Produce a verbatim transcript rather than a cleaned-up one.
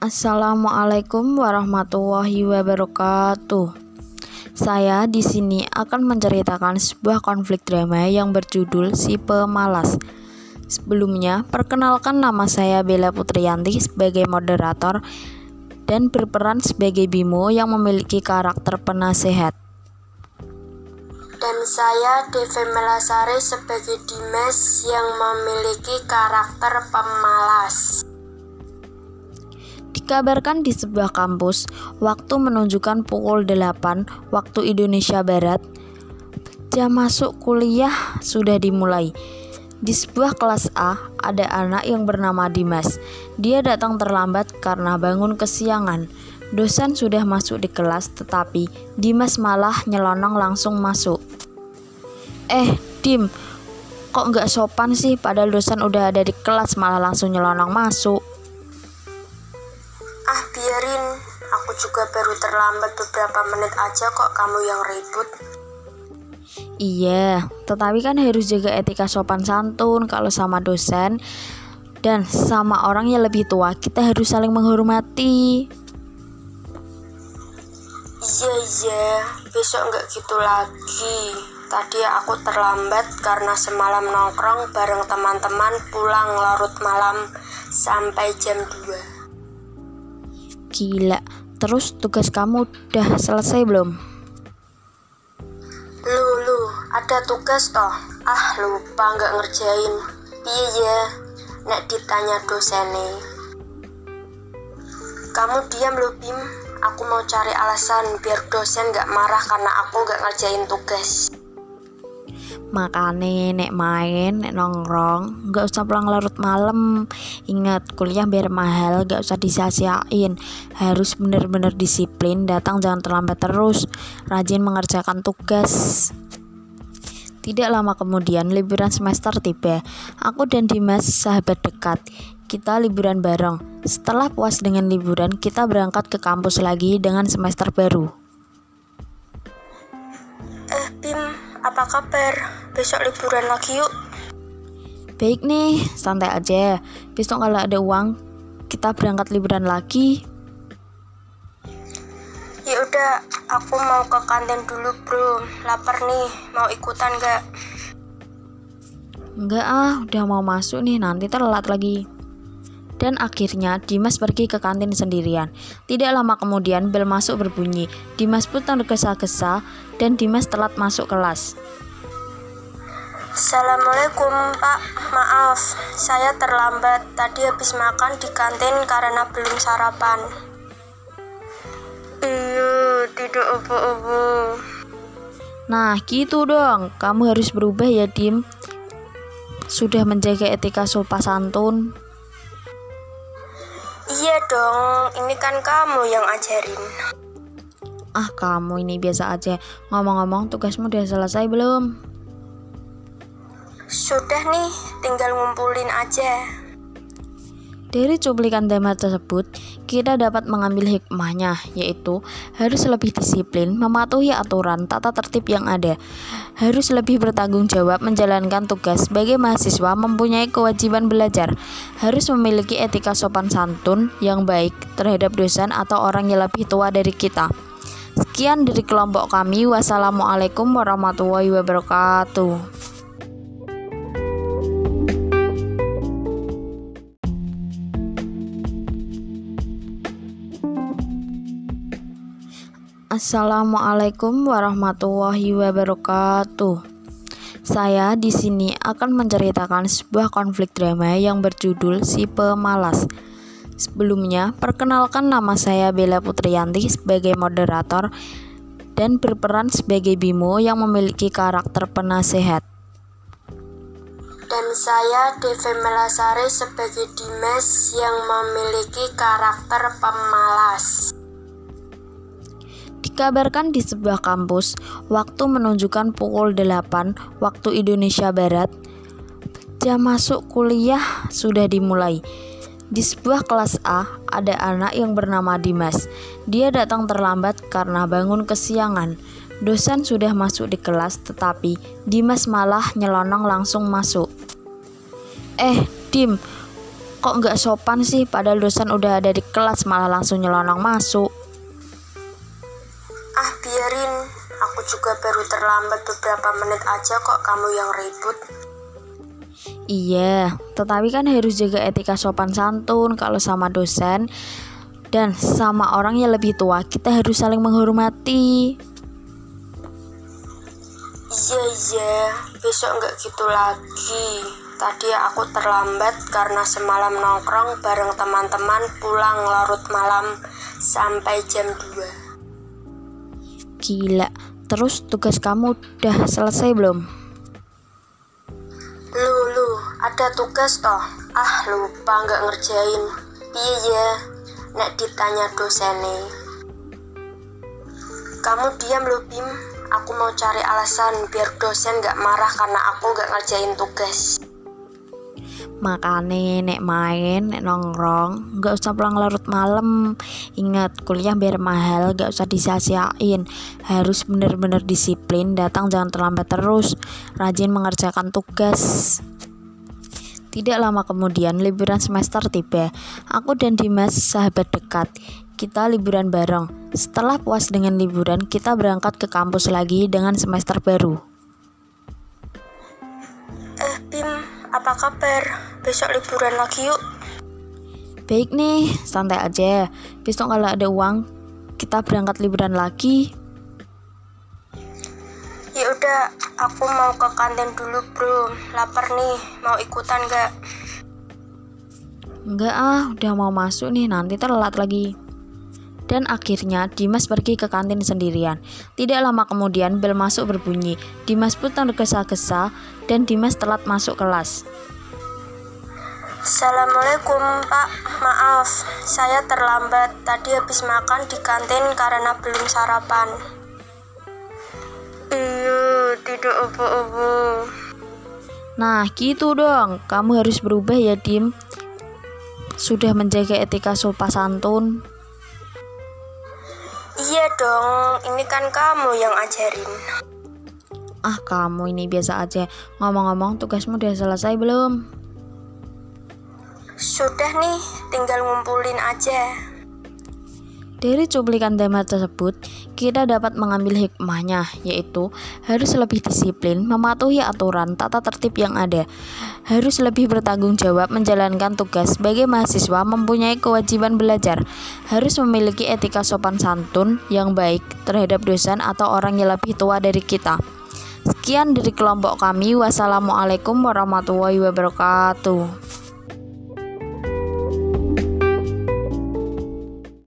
Assalamualaikum warahmatullahi wabarakatuh. Saya di sini akan menceritakan sebuah konflik drama yang berjudul Si Pemalas. Sebelumnya, perkenalkan nama saya Bella Putriyanti sebagai moderator dan berperan sebagai Bimo yang memiliki karakter penasehat. Dan saya Deve Melasari sebagai Dimas yang memiliki karakter pemalas. Dikabarkan di sebuah kampus, waktu menunjukkan pukul delapan waktu Indonesia Barat. Jam masuk kuliah sudah dimulai. Di sebuah kelas A, ada anak yang bernama Dimas. Dia datang terlambat karena bangun kesiangan. Dosen sudah masuk di kelas, tetapi Dimas malah nyelonong langsung masuk. Eh, Dim, kok nggak sopan sih? Padahal dosen udah ada di kelas malah langsung nyelonong masuk. Ah, biarin. Aku juga baru terlambat beberapa menit aja kok, kamu yang ribut. Iya, tetapi kan harus jaga etika sopan santun kalau sama dosen dan sama orang yang lebih tua. Kita harus saling menghormati. Iya, iya. Besok nggak gitu lagi. Tadi aku terlambat karena semalam nongkrong bareng teman-teman, pulang larut malam sampai jam dua. Gila, terus tugas kamu udah selesai belum? Lu, lu, ada tugas toh? Ah, lupa nggak ngerjain. Iya ya, nek ditanya dosennya. Kamu diam lu, Bim. Aku mau cari alasan biar dosen nggak marah karena aku nggak ngerjain tugas. Makane nek main, nek nongkrong, gak usah pulang larut malam. Ingat, kuliah biar mahal, gak usah disia-siain. Harus bener-bener disiplin, datang jangan terlambat terus. Rajin mengerjakan tugas. Tidak lama kemudian, liburan semester tiba. Aku dan Dimas sahabat dekat. Kita liburan bareng. Setelah puas dengan liburan, kita berangkat ke kampus lagi dengan semester baru. Eh, Bim, apa kabar? Besok liburan lagi yuk. Baik nih, santai aja. Besok kalau ada uang, kita berangkat liburan lagi. Ya udah, aku mau ke kantin dulu, bro. Lapar nih, mau ikutan gak? Enggak ah, udah mau masuk nih, nanti telat lagi. Dan akhirnya Dimas pergi ke kantin sendirian. Tidak lama kemudian bel masuk berbunyi. Dimas pun tergesa-gesa dan Dimas telat masuk kelas. Assalamualaikum, Pak. Maaf, saya terlambat. Tadi habis makan di kantin karena belum sarapan. Iya, tidak apa-apa. Nah, gitu dong. Kamu harus berubah ya, Dim. Sudah menjaga etika sopan santun. Iya dong, ini kan kamu yang ajarin. Ah, kamu ini biasa aja. Ngomong-ngomong, tugasmu udah selesai belum? Sudah nih, tinggal ngumpulin aja. Dari cuplikan tema tersebut, kita dapat mengambil hikmahnya, yaitu harus lebih disiplin, mematuhi aturan tata tertib yang ada, harus lebih bertanggung jawab menjalankan tugas sebagai mahasiswa, mempunyai kewajiban belajar, harus memiliki etika sopan santun yang baik terhadap dosen atau orang yang lebih tua dari kita. Sekian dari kelompok kami. Wassalamualaikum warahmatullahi wabarakatuh. Assalamualaikum warahmatullahi wabarakatuh. Saya di sini akan menceritakan sebuah konflik drama yang berjudul Si Pemalas. Sebelumnya, perkenalkan nama saya Bella Putriyanti sebagai moderator dan berperan sebagai Bimo yang memiliki karakter penasehat. Dan saya Deve Melasari sebagai Dimas yang memiliki karakter pemalas. Dikabarkan di sebuah kampus, waktu menunjukkan pukul delapan waktu Indonesia Barat. Jam masuk kuliah sudah dimulai. Di sebuah kelas A, ada anak yang bernama Dimas. Dia datang terlambat karena bangun kesiangan. Dosen sudah masuk di kelas, tetapi Dimas malah nyelonong langsung masuk. Eh, Dim, Kok nggak sopan sih, padahal dosen udah ada di kelas malah langsung nyelonong masuk. Ah biarin, aku juga baru terlambat beberapa menit aja kok kamu yang ribut. Iya, tetapi kan harus jaga etika sopan santun kalau sama dosen dan sama orang yang lebih tua. Kita harus saling menghormati. Iya iya, besok nggak gitu lagi. Tadi aku terlambat karena semalam nongkrong bareng teman-teman pulang larut malam sampai jam dua. Gila, terus tugas kamu udah selesai belum? Lu, lu, ada tugas toh? Ah, lupa nggak ngerjain. Iya ya, nek ditanya dosene. Kamu diam lu, Bim. Aku mau cari alasan biar dosen nggak marah karena aku nggak ngerjain tugas. Makane nek main, nek nongkrong, nggak usah pulang larut malam. Ingat, kuliah biar mahal, nggak usah disia-siain. Harus bener-bener disiplin, datang jangan terlambat terus. Rajin mengerjakan tugas. Tidak lama kemudian, liburan semester tiba. Aku dan Dimas sahabat dekat. Kita liburan bareng. Setelah puas dengan liburan, kita berangkat ke kampus lagi dengan semester baru. Eh, Bim, apa kabar? Besok liburan lagi yuk. Baik nih, santai aja. Besok kalau ada uang, kita berangkat liburan lagi. Ya udah, aku mau ke kantin dulu, bro. Lapar nih, mau ikutan gak? Enggak ah, udah mau masuk nih, nanti telat lagi. Dan akhirnya Dimas pergi ke kantin sendirian. Tidak lama kemudian bel masuk berbunyi. Dimas pun tergesa-gesa dan Dimas telat masuk kelas. Assalamualaikum Pak, maaf saya terlambat. Tadi habis makan di kantin karena belum sarapan. Iya, tidak apa-apa. Nah gitu dong, kamu harus berubah ya Dim. Sudah menjaga etika sopan santun. Iya dong, ini kan kamu yang ajarin. Ah kamu ini biasa aja. Ngomong-ngomong, tugasmu udah selesai belum? Sudah nih, tinggal ngumpulin aja. Dari cuplikan tema tersebut, kita dapat mengambil hikmahnya, yaitu harus lebih disiplin, mematuhi aturan tata tertib yang ada, harus lebih bertanggung jawab menjalankan tugas sebagai mahasiswa, mempunyai kewajiban belajar, harus memiliki etika sopan santun yang baik terhadap dosen atau orang yang lebih tua dari kita. Sekian dari kelompok kami. Wassalamualaikum warahmatullahi wabarakatuh.